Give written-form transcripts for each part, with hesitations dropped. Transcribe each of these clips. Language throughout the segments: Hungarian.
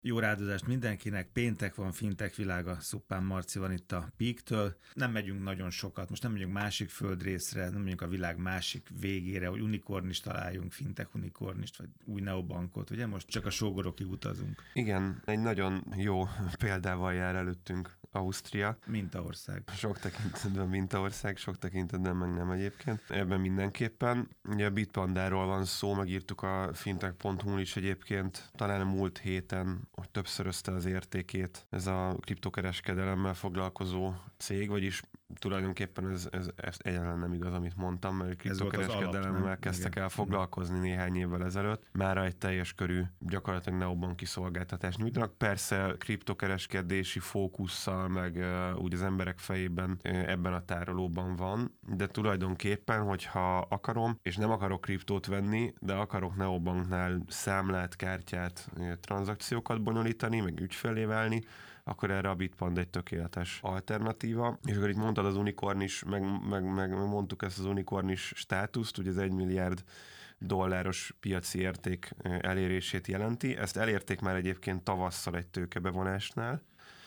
Jó rádozást mindenkinek, péntek van, Fintech világa, Szuppán Marci van itt a Peak-től. Nem megyünk nagyon sokat, most nem megyünk másik földrészre, nem megyünk a világ másik végére, hogy unikornist találjunk, Fintech unikornist, vagy új neobankot, ugye most csak a sógorokig utazunk. Igen, egy nagyon jó példával jár előttünk Ausztria. Mintaország. Sok tekintetben mintaország, sok tekintetben meg nem egyébként. Ebben mindenképpen. Ugye a Bitpandáról van szó, megírtuk a fintech.hu-n is egyébként, talán a múlt héten, hogy többszörözte az értékét ez a kriptokereskedelemmel foglalkozó cég, vagyis tulajdonképpen ez egyáltalán nem igaz, amit mondtam, mert kriptokereskedelemmel kezdtek el foglalkozni néhány évvel ezelőtt. Mára egy teljes körű, gyakorlatilag neobanki szolgáltatást nyújtanak. Persze kriptokereskedési fókusszal, meg úgy az emberek fejében ebben a tárolóban van, de tulajdonképpen, hogyha akarom, és nem akarok kriptót venni, de akarok neobanknál számlát, kártyát, tranzakciókat bonyolítani, meg ügyfellé válni, akkor erre a Bitpanda egy tökéletes alternatíva. És akkor itt mondtad az unikornis, meg mondtuk ezt az unikornis státuszt, ugye az $1 milliárd piaci érték elérését jelenti. Ezt elérték már egyébként tavasszal egy tőkebevonással,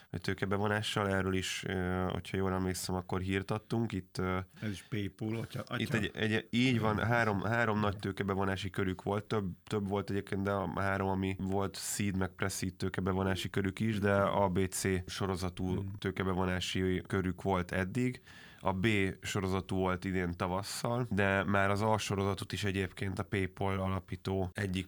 erről is, hogyha jól emlékszem, akkor hírt adtunk. Itt, ez is PayPal, így van, három nagy tőkebevonási körük volt, több volt egyébként, de a három, ami volt seed meg pre-seed tőkebevonási körük is, de ABC sorozatú tőkebevonási körük volt eddig. A B sorozatú volt idén tavasszal, de már az A sorozatot is egyébként a egyik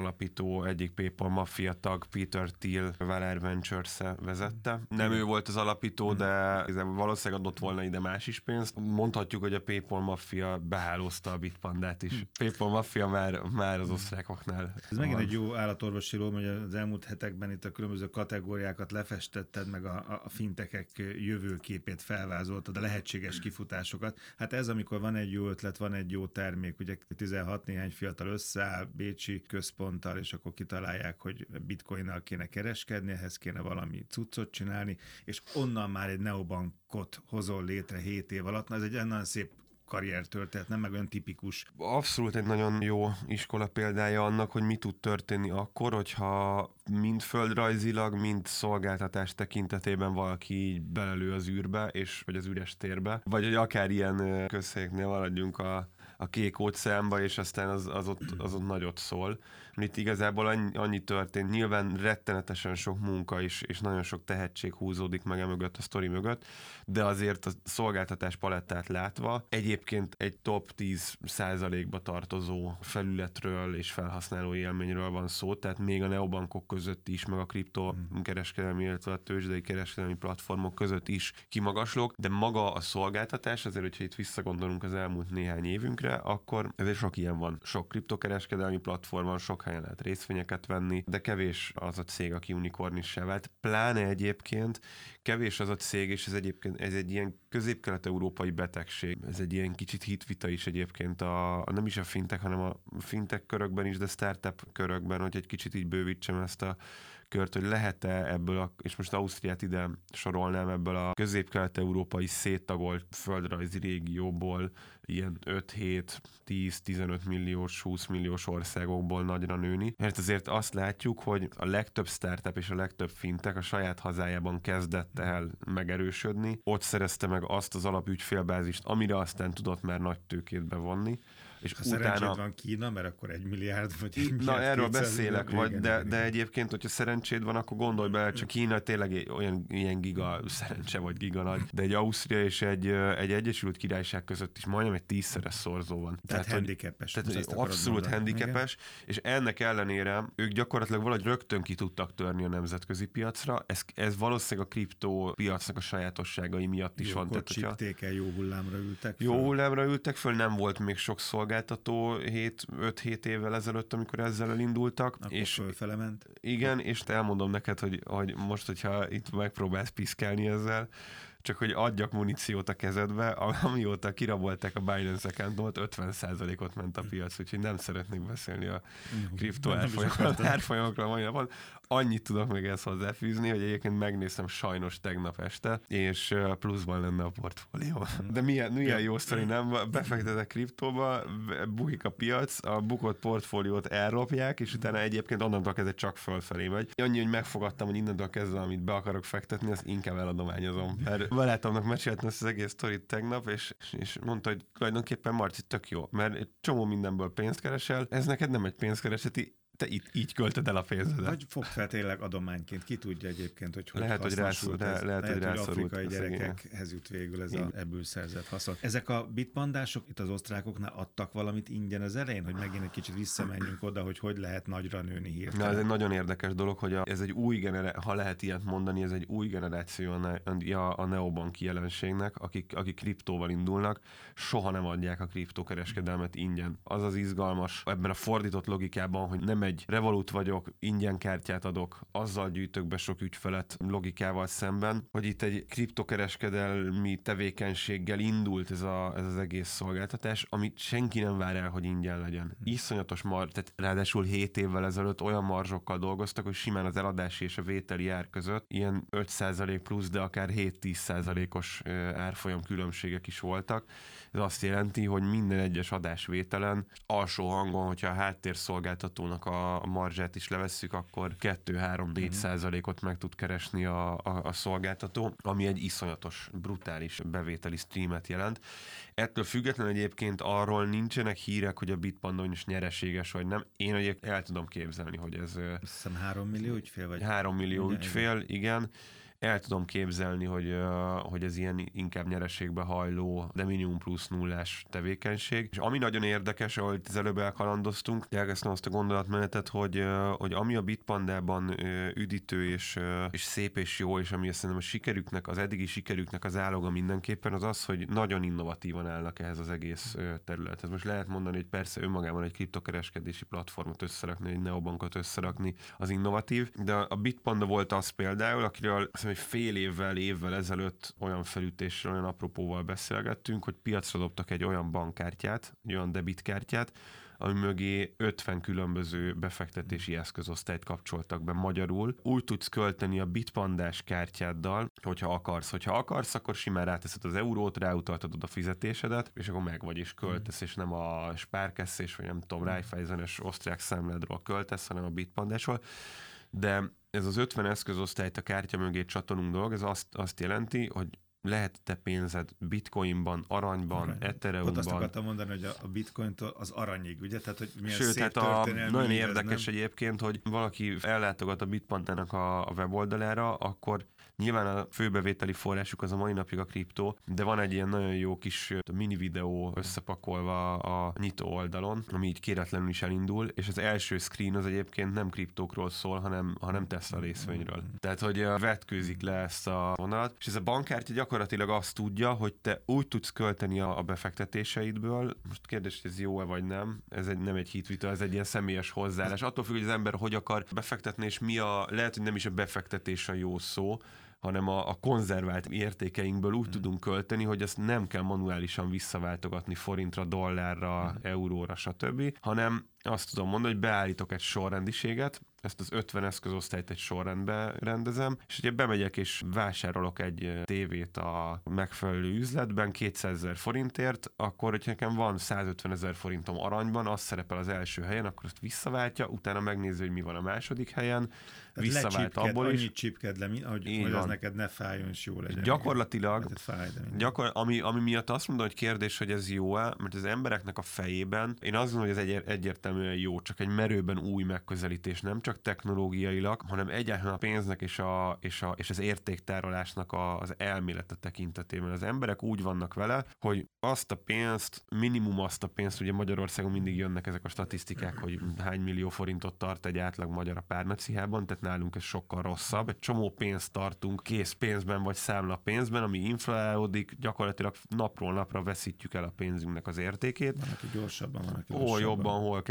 PayPal maffia tag, Peter Thiel Valar Ventures-e vezette. Nem ő volt az alapító, de valószínűleg adott volna ide más is pénzt. Mondhatjuk, hogy a PayPal maffia behálózta a Bitpandát is. PayPal maffia már az osztrákoknál. Ez megint egy jó állatorvosi róm, hogy az elmúlt hetekben itt a különböző kategóriákat lefestetted, meg a fintekek jövőképét felvázoltad, a lehetséges kifutásokat. Hát ez, amikor van egy jó ötlet, van egy jó termék, ugye 16 néhány fiatal összeáll bécsi központtal, és akkor kitalálják, hogy bitcoinnal kéne kereskedni, ehhez kéne valami cuccot csinálni, és onnan már egy neobankot hozol létre 7 év alatt. Na, ez egy nagyon szép karriertörténet, nem meg olyan tipikus. Abszolút egy nagyon jó iskola példája annak, hogy mi tud történni akkor, hogyha mind földrajzilag, mind szolgáltatás tekintetében valaki így belelő az űrbe, vagy az üres térbe, vagy hogy akár ilyen közhelyeknél maradjunk a kék óceánba, és aztán az ott nagyot szól. Itt igazából annyi történt, nyilván rettenetesen sok munka és nagyon sok tehetség húzódik meg emögött, a sztori mögött, de azért a szolgáltatás palettát látva egyébként egy top 10%-ba tartozó felületről és felhasználó élményről van szó, tehát még a neobankok között is, meg a kriptokereskedelmi, illetve a tőzsdei kereskedelmi platformok között is kimagaslók, de maga a szolgáltatás, azért, hogyha itt visszagondolunk az elmúlt néhány évünkre, akkor ezért sok ilyen van. Sok kriptokereskedelmi platform van, sok helyen lehet részvényeket venni, de kevés az a cég, aki unikornissá vált. Pláne egyébként kevés az a cég, és ez egy ilyen közép-kelet-európai betegség. Ez egy ilyen kicsit hitvita is egyébként nem is a fintech, hanem a fintech körökben is, de startup körökben, hogy egy kicsit így bővítsem ezt a kört, hogy lehet-e ebből, és most Ausztriát ide sorolnám, ebből a közép-kelet-európai széttagolt földrajzi régióból ilyen 5-7-10-15 milliós, 20 milliós országokból nagyra nőni. Mert azért azt látjuk, hogy a legtöbb startup és a legtöbb fintech a saját hazájában kezdett el megerősödni. Ott szerezte meg azt az alapügyfélbázist, amire aztán tudott már nagy tőkét bevonni. És ha szerencséd van Kína, mert akkor 1 milliárd vagy 1 milliárd. Na, erről beszélek, de egyébként, hogyha szerencséd van, akkor gondolj bele, csak Kína tényleg ilyen giga szerencse vagy giga nagy, de egy Ausztria és egy Egyesült Királyság között is majdnem egy 10-szeres szorzó van. Tehát handicapes. Tehát abszolút handicapes, és ennek ellenére ők gyakorlatilag valahogy rögtön ki tudtak törni a nemzetközi piacra. Ez valószínűleg a kriptó piacnak a sajátosságai miatt is van. Akkor csípték el, jó hullámra ültek föl. Jó hullámra ültek föl, nem volt még sok szolgáltató 5-7 évvel ezelőtt, amikor ezzel elindultak. Akkor és fölfele ment. Igen, és elmondom neked, hogy most, hogyha itt megpróbálsz piszkálni ezzel, csak hogy adjak muníciót a kezedbe, amióta kirabolták a Binance accountot, 50%-ot ment a piac, úgyhogy nem szeretnék beszélni a kripto árfolyamokról mai napon. annyit tudok még ezt hozzáfűzni, hogy egyébként megnéztem sajnos tegnap este, és pluszban lenne a portfólió. De milyen jó sztori, nem? Befektetek kriptóba, bukik a piac, a bukott portfóliót ellopják, és utána egyébként onnantól kezdve csak fölfelé megy. Annyi, hogy megfogadtam, hogy innentől kezdve, amit be akarok fektetni, azt inkább eladományozom. Mert barátomnak meséltem ezt az egész sztorit tegnap, és mondta, hogy tulajdonképpen Marci, tök jó, mert egy csomó mindenből pénzt keresel, ez neked nem egy pénzkereseti, te így költöd el a pénzedet. Vagy fog fel tényleg adományként, ki tudja egyébként, hogy lehet, hogy afrikai gyerekekhez jut végül ez ebből szerzett haszon. Ezek a bitpandások itt az osztrákoknál adtak valamit ingyen az elején, hogy megint egy kicsit visszamenjünk oda, hogy lehet nagyra nőni hirtelen. Na, ez egy nagyon érdekes dolog, hogy ez egy új ha lehet ilyet mondani, ez egy új generáció a neobanki jelenségnek, akik kriptóval indulnak, soha nem adják a kriptókereskedelmet ingyen. Az az izgalmas ebben a fordított logikában, hogy nem egy Revolut vagyok, ingyen kártyát adok, azzal gyűjtök be sok ügyfelet logikával szemben, hogy itt egy kriptokereskedelmi tevékenységgel indult ez az egész szolgáltatás, amit senki nem vár el, hogy ingyen legyen. Iszonyatos tehát ráadásul 7 évvel ezelőtt olyan marzsokkal dolgoztak, hogy simán az eladási és a vételi ár között ilyen 5% plusz, de akár 7-10%-os árfolyam különbségek is voltak. Ez azt jelenti, hogy minden egyes adásvételen alsó hangon, hogyha a háttérszolgáltatónak a marzsát is levesszük, akkor 2-3-4%-ot meg tud keresni a szolgáltató, ami egy iszonyatos, brutális bevételi streamet jelent. Ettől függetlenül egyébként arról nincsenek hírek, hogy a Bitpanda is nyereséges vagy nem. Én egyébként el tudom képzelni, hogy ez... Azt hiszem 3 millió ügyfél vagy? 3 millió ügyfél, igen. El tudom képzelni, hogy ez ilyen inkább nyereségbe hajló, de minimum plusz nullás tevékenység. És ami nagyon érdekes, ahogy az előbb elkalandoztunk, elkezdtem azt a gondolatmenetet, hogy ami a Bitpandában üdítő és szép és jó, és ami szerintem a sikerüknek, az eddigi sikerüknek az áloga mindenképpen, az az, hogy nagyon innovatívan állnak ehhez az egész területhez. Most lehet mondani, hogy persze önmagában egy kriptokereskedési platformot összerakni, egy neobankot összerakni, az innovatív, de a Bitpanda volt az például, akiről hogy fél évvel ezelőtt olyan felütésről, olyan apropóval beszélgettünk, hogy piacra dobtak egy olyan bankkártyát, egy olyan debitkártyát, ami mögé 50 különböző befektetési eszközosztályt kapcsoltak be magyarul. Úgy tudsz költeni a Bitpandás kártyáddal, hogyha akarsz. Hogyha akarsz, akkor simán ráteszed az eurót, ráutaltatod a fizetésedet, és akkor meg vagy is költesz, és nem a Sparkasse-es, vagy nem tudom, Raiffeisen-es osztrák számládról költesz, hanem a Bitpandásról. De ez az 50 eszközosztályt a kártya mögé csatolunk dolog, ez azt jelenti, hogy lehet te pénzed bitcoinban, aranyban, ethereumban. Ott azt akartam mondani, hogy a bitcointól az aranyig, ugye? Tehát, hogy milyen sőt, szép hát nagyon érdekes egyébként, hogy valaki ellátogat a Bitpandának a weboldalára, akkor nyilván a főbevételi forrásuk az a mai napig a kriptó, de van egy ilyen nagyon jó kis mini videó összepakolva a nyitó oldalon, ami így kéretlenül is elindul, és az első screen az egyébként nem kriptókról szól, hanem Tesla részvényről. Tehát, hogy vetkőzik le ezt a vonalat, és ez a bankkártya gyakorlatilag azt tudja, hogy te úgy tudsz költeni a befektetéseidből, most kérdés, hogy ez jó-e vagy nem, ez nem egy hitvita, ez egy ilyen személyes hozzáállás. Attól függ, hogy az ember hogy akar befektetni, és lehet, hogy nem is a befektetés a jó szó, hanem a konzervált értékeinkből úgy tudunk költeni, hogy ezt nem kell manuálisan visszaváltogatni forintra, dollárra, euróra, stb., hanem azt tudom mondani, hogy beállítok egy sorrendiséget, ezt az 50 eszközosztályt egy sorrendbe rendezem, és ugye bemegyek és vásárolok egy tévét a megfelelő üzletben 200 000 forintért, akkor, hogyha nekem van 150 000 forintom aranyban, az szerepel az első helyen, akkor azt visszaváltja, utána megnézi, hogy mi van a második helyen, visszavált abból is. Annyit csipked le, hogy az neked ne fájjon, és jó legyen. Gyakorlatilag, ami miatt azt mondom, hogy kérdés, hogy ez jó-e, mert az embereknek a fejében, én azt mondom, hogy ez egyértelműen jó, csak egy merőben új megközelítés, nem csak technológiailag, hanem egyáltalán a pénznek és az értéktárolásnak az elmélete tekintetében. Az emberek úgy vannak vele, hogy minimum azt a pénzt, ugye Magyarországon mindig jönnek ezek a statisztikák, hogy hány millió forintot tart egy átlag magyar a párnacihában, tehát nálunk ez sokkal rosszabb. Egy csomó pénzt tartunk készpénzben vagy számlapénzben, ami inflálódik, gyakorlatilag napról napra veszítjük el a pénzünknek az értékét. Van, aki gyorsabban, van, aki hol jobban, hol kevésbé.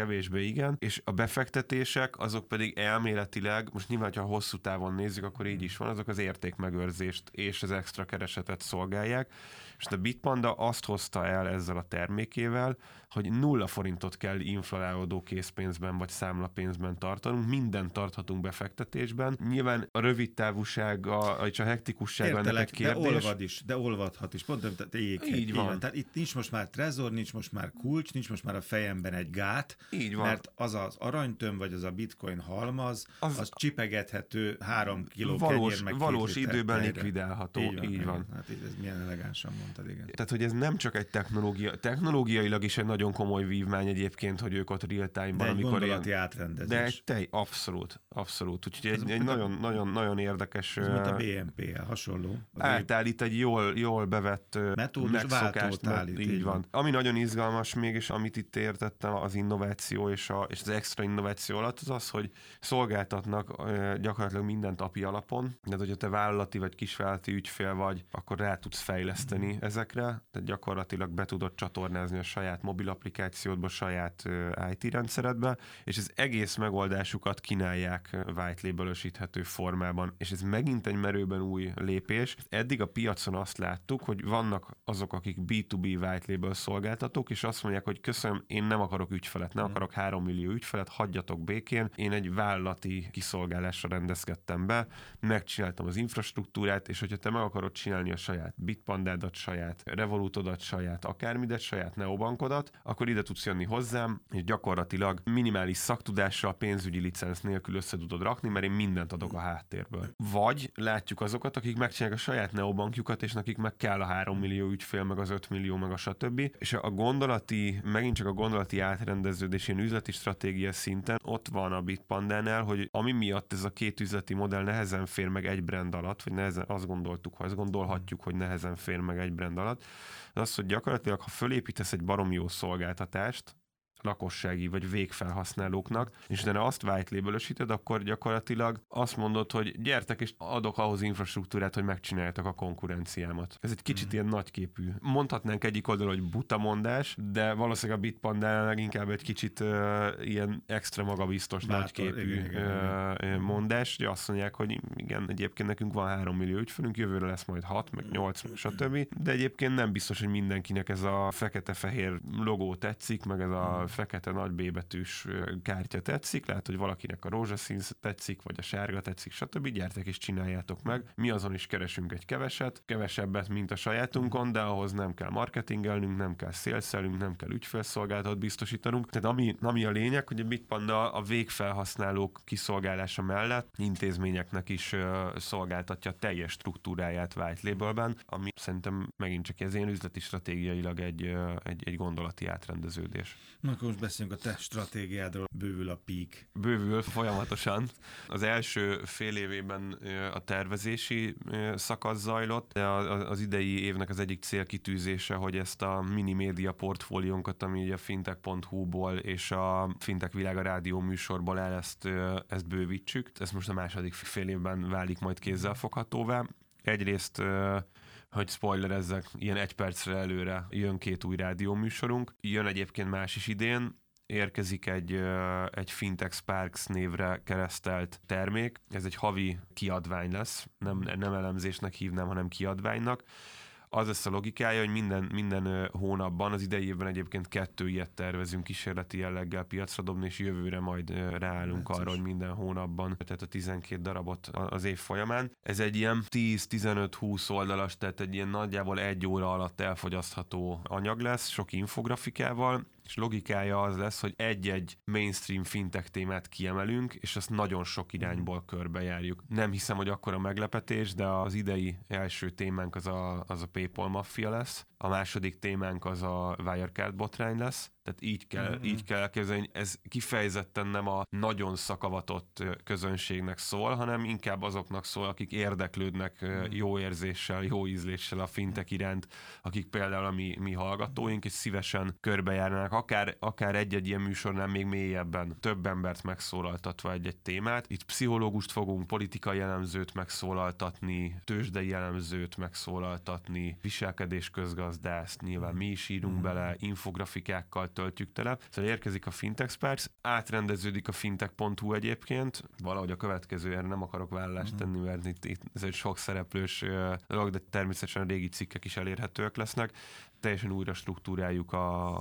kevésbé igen, és a befektetések azok pedig elméletileg, most nyilván, ha hosszú távon nézzük, akkor így is van, azok az értékmegőrzést és az extra keresetet szolgálják, és a Bitpanda azt hozta el ezzel a termékével, hogy 0 forintot kell inflálódó készpénzben vagy számlapénzben tartanunk, mindent tarthatunk befektetésben. Nyilván a rövid távúsága és a hektikusság ennek egy kérdés. De olvadhat is. Pont, tehát így van. Tehát itt nincs most már trezor, nincs most már kulcs, nincs most már a fejemben egy gát, így van. mert az az aranytöm, vagy az a bitcoin halmaz, az csipegethető 3 kiló kenyér, meg valós időben likvidálható. Így van. Hát ez milyen elegánsan mondtad, igen. Tehát, hogy ez nem csak egy technológiailag is egy nagyon komoly vívmány egyébként, hogy ők ott real-time-ban, de amikor gondolati átrendezés. De abszolút. Úgyhogy egy nagyon érdekes... Ez mint a BNP-el hasonló. Átállít egy jól bevett megszokást. Így van. Ami nagyon izgalmas még, és amit itt értettem az innováció és az extra innováció alatt, az, hogy szolgáltatnak gyakorlatilag mindent API alapon. De hogyha te vállalati vagy kisvállalati ügyfél vagy, akkor rá tudsz fejleszteni ezekre. Tehát gyakorlatilag be tudod csatornázni a saját mobil applikációdba, saját IT rendszeredbe, és az egész megoldásukat kínálják white label-ösíthető formában. És ez megint egy merőben új lépés. Eddig a piacon azt láttuk, hogy vannak azok, akik B2B white label szolgáltatók, és azt mondják, hogy köszönöm, én nem akarok ügyfelet, nem akarok 3 millió ügyfelet, hagyjatok békén, én egy vállalati kiszolgálásra rendezkedtem be, megcsináltam az infrastruktúrát, és hogyha te meg akarod csinálni a saját Bitpandádat, saját Revolutodat, saját akármidet, saját neobankodat, akkor ide tudsz jönni hozzám, és gyakorlatilag minimális szaktudással, pénzügyi licenc nélkül össze tudod rakni, mert én mindent adok a háttérből. Vagy látjuk azokat, akik megcsinálják a saját neobankjukat, és nekik meg kell a 3 millió ügyfél, meg az 5 millió, meg a stb. És megint csak a gondolati átrendeződés, ilyen üzleti stratégia szinten ott van a Bitpandánál, hogy ami miatt ez a két üzleti modell nehezen fér meg egy brand alatt, vagy nehezen, azt gondolhatjuk, hogy nehezen fér meg egy brand alatt, az, hogy gyakorlatilag, ha fölépítesz egy barom jó szolgáltatást, lakossági vagy végfelhasználóknak, és utána azt white label-ösíted, akkor gyakorlatilag azt mondod, hogy gyertek, és adok ahhoz infrastruktúrát, hogy megcsináljátok a konkurenciámat. Ez egy kicsit ilyen nagyképű. Mondhatnánk egyik oldalon, hogy buta mondás, de valószínűleg a Bitpandánál inkább egy kicsit ilyen extra magabiztos, nagyképű mondás, hogy azt mondják, hogy igen, egyébként nekünk van 3 millió ügyfelünk, jövőre lesz majd 6, meg 8, meg stb. De egyébként nem biztos, hogy mindenkinek ez a fekete-fehér logó tetszik, meg ez a fekete nagy B betűs kártya tetszik, lehet, hogy valakinek a rózsaszín tetszik, vagy a sárga tetszik, stb. Gyertek és csináljátok meg. Mi azon is keresünk egy kevesebbet, mint a sajátunkon, de ahhoz nem kell marketingelnünk, nem kell szélszelnünk, nem kell ügyfélszolgálatot biztosítanunk. Tehát ami a lényeg, hogy a Bitpanda a végfelhasználók kiszolgálása mellett intézményeknek is szolgáltatja teljes struktúráját white labelben, ami szerintem megint csak ez ilyen üzleti stratégiailag egy gondolati átrendeződés. Na, akkor most beszéljünk a te stratégiádról. Bővül a peak. Bővül folyamatosan. Az első fél évében a tervezési szakasz zajlott, de az idei évnek az egyik célkitűzése, hogy ezt a mini média portfóliónkat, ami a fintech.hu-ból és a Fintech Világa rádió műsorból áll, ezt bővítsük. Ez most a második fél évben válik majd kézzelfoghatóvá. Egyrészt hogy spoilerezzek, ilyen 1 percre előre jön 2 új rádióműsorunk. Jön egyébként más is idén, érkezik egy Fintech Sparks névre keresztelt termék. Ez egy havi kiadvány lesz, nem elemzésnek hívnám, hanem kiadványnak. Az lesz a logikája, hogy minden hónapban, az idei évben egyébként 2 ilyet tervezünk kísérleti jelleggel piacra dobni, és jövőre majd ráállunk arra, hogy minden hónapban, tehát a 12 darabot az év folyamán. Ez egy ilyen 10-15-20 oldalas, tehát egy ilyen nagyjából 1 óra alatt elfogyasztható anyag lesz, sok infografikával, és logikája az lesz, hogy egy-egy mainstream fintech témát kiemelünk, és azt nagyon sok irányból körbejárjuk. Nem hiszem, hogy akkora meglepetés, de az idei első témánk az a PayPal maffia lesz, a második témánk az a Wirecard botrány lesz, tehát így kell elképzelni, ez kifejezetten nem a nagyon szakavatott közönségnek szól, hanem inkább azoknak szól, akik érdeklődnek jó érzéssel, jó ízléssel a fintech iránt, akik például a mi hallgatóink, és szívesen körbejárnának, akár egy-egy ilyen műsornál még mélyebben, több embert megszólaltatva egy-egy témát. Itt pszichológust fogunk, politikai elemzőt megszólaltatni, tőzsdei elemzőt megszólaltatni, viselkedésközgazdász, közgazdász, nyilván mi is írunk bele, infografikákkal töltjük tele. Szóval érkezik a Fintech Sparks, átrendeződik a fintech.hu egyébként, valahogy a következő, erre nem akarok vállalást tenni, mert itt ez egy sok szereplős dolog, de természetesen a régi cikkek is elérhetőek lesznek. Teljesen újra struktúráljuk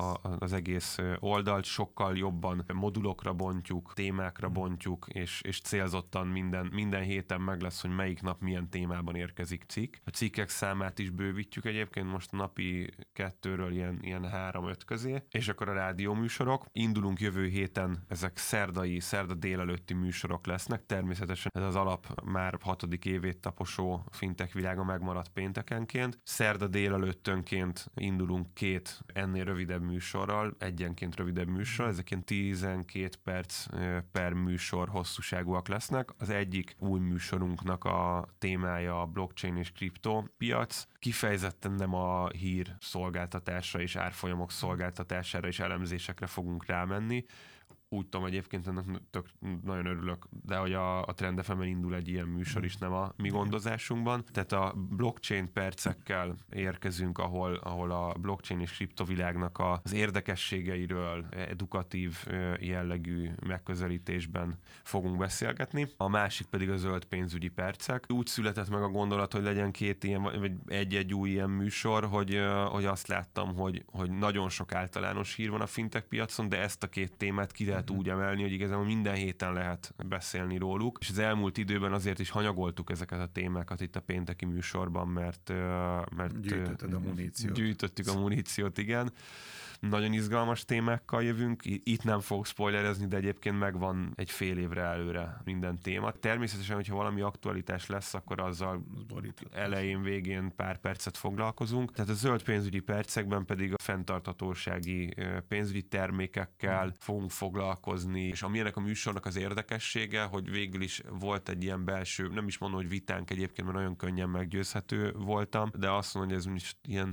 az egész oldalt, sokkal jobban modulokra bontjuk, témákra bontjuk, és célzottan minden héten meg lesz, hogy melyik nap milyen témában érkezik cikk. A cikkek számát is bővítjük egyébként, most napi 2-ről ilyen 3-5 közé, és akkor a rádióműsorok. Indulunk jövő héten, ezek szerda délelőtti műsorok lesznek, természetesen ez az alap már 6. évét taposó fintech világa megmaradt péntekenként. Szerda délelőttönként indulunk 2 ennél rövidebb műsorral, egyenként rövidebb műsor, ezek ilyen 12 perc per műsor hosszúságúak lesznek. Az egyik új műsorunknak a témája a blockchain és kriptopiac. Kifejezetten nem a hír szolgáltatásra és árfolyamok szolgáltatására és elemzésekre fogunk rámenni. Úgy tudom, egyébként ennek nagyon örülök, de hogy a Trend FM-en indul egy ilyen műsor is, nem a mi gondozásunkban. Tehát a blockchain percekkel érkezünk, ahol a blockchain és kriptovilágnak az érdekességeiről edukatív jellegű megközelítésben fogunk beszélgetni. A másik pedig a zöld pénzügyi percek. Úgy született meg a gondolat, hogy legyen 2 ilyen, vagy egy új ilyen műsor, hogy azt láttam, hogy nagyon sok általános hír van a fintech piacon, de ezt a 2 témát ki lehet úgy emelni, hogy igazából minden héten lehet beszélni róluk, és az elmúlt időben azért is hanyagoltuk ezeket a témákat itt a pénteki műsorban, mert gyűjtötted a muníciót. Gyűjtöttük a muníciót, igen. Nagyon izgalmas témákkal jövünk. Itt nem fogok spoilerezni, de egyébként megvan egy fél évre előre minden téma. Természetesen, hogyha valami aktualitás lesz, akkor azzal elején, végén pár percet foglalkozunk. Tehát a zöld pénzügyi percekben pedig a fenntarthatósági pénzügyi termékekkel fogunk foglalkozni, és amilyenek a műsornak az érdekessége, hogy végül is volt egy ilyen belső, nem is mondom, hogy vitánk egyébként, mert nagyon könnyen meggyőzhető voltam, de azt mondom, hogy ez is ilyen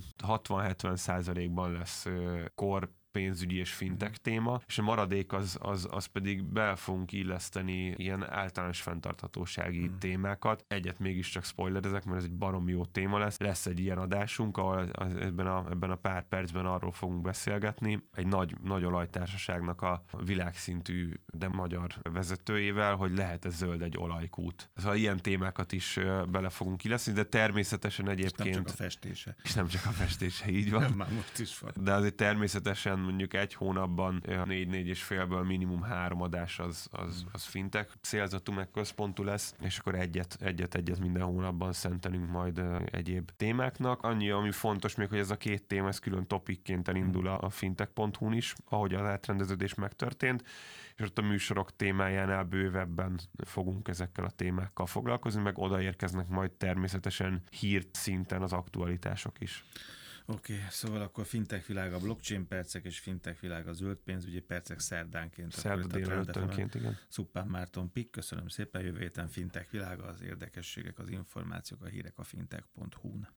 60-70%-ban lesz core pénzügyi és fintech téma, és a maradék az pedig be fogunk illeszteni ilyen általános fenntarthatósági témákat. Egyet mégiscsak spoilerezek, mert ez egy baromi jó téma lesz. Lesz egy ilyen adásunk, ahol ebben a pár percben arról fogunk beszélgetni. Egy nagy olajtársaságnak a világszintű, de magyar vezetőjével, hogy lehet-e zöld egy olajkút. Szóval ilyen témákat is bele fogunk illeszteni, de természetesen egyébként... És nem csak a festése. És nem csak a festése, így van. Már most is van. De azért természetesen mondjuk egy hónapban 4-4,5-ből minimum 3 adás az fintech célzatú meg központú lesz, és akkor egyet minden hónapban szentelünk majd egyéb témáknak. Annyi, ami fontos még, hogy ez a 2 téma, ez külön topikként elindul a fintech.hu-n is, ahogy az átrendeződés megtörtént, és ott a műsorok témájánál bővebben fogunk ezekkel a témákkal foglalkozni, meg odaérkeznek majd természetesen hírt szinten az aktualitások is. Oké, szóval akkor fintech világ a blockchain percek, és fintech világ a zöld pénzügyi percek szerdánként. Szerda délelőttönként, igen. Szuppán Márton Pik, köszönöm szépen, jövő héten fintech világa, az érdekességek, az információk, a hírek a fintech.hu-n.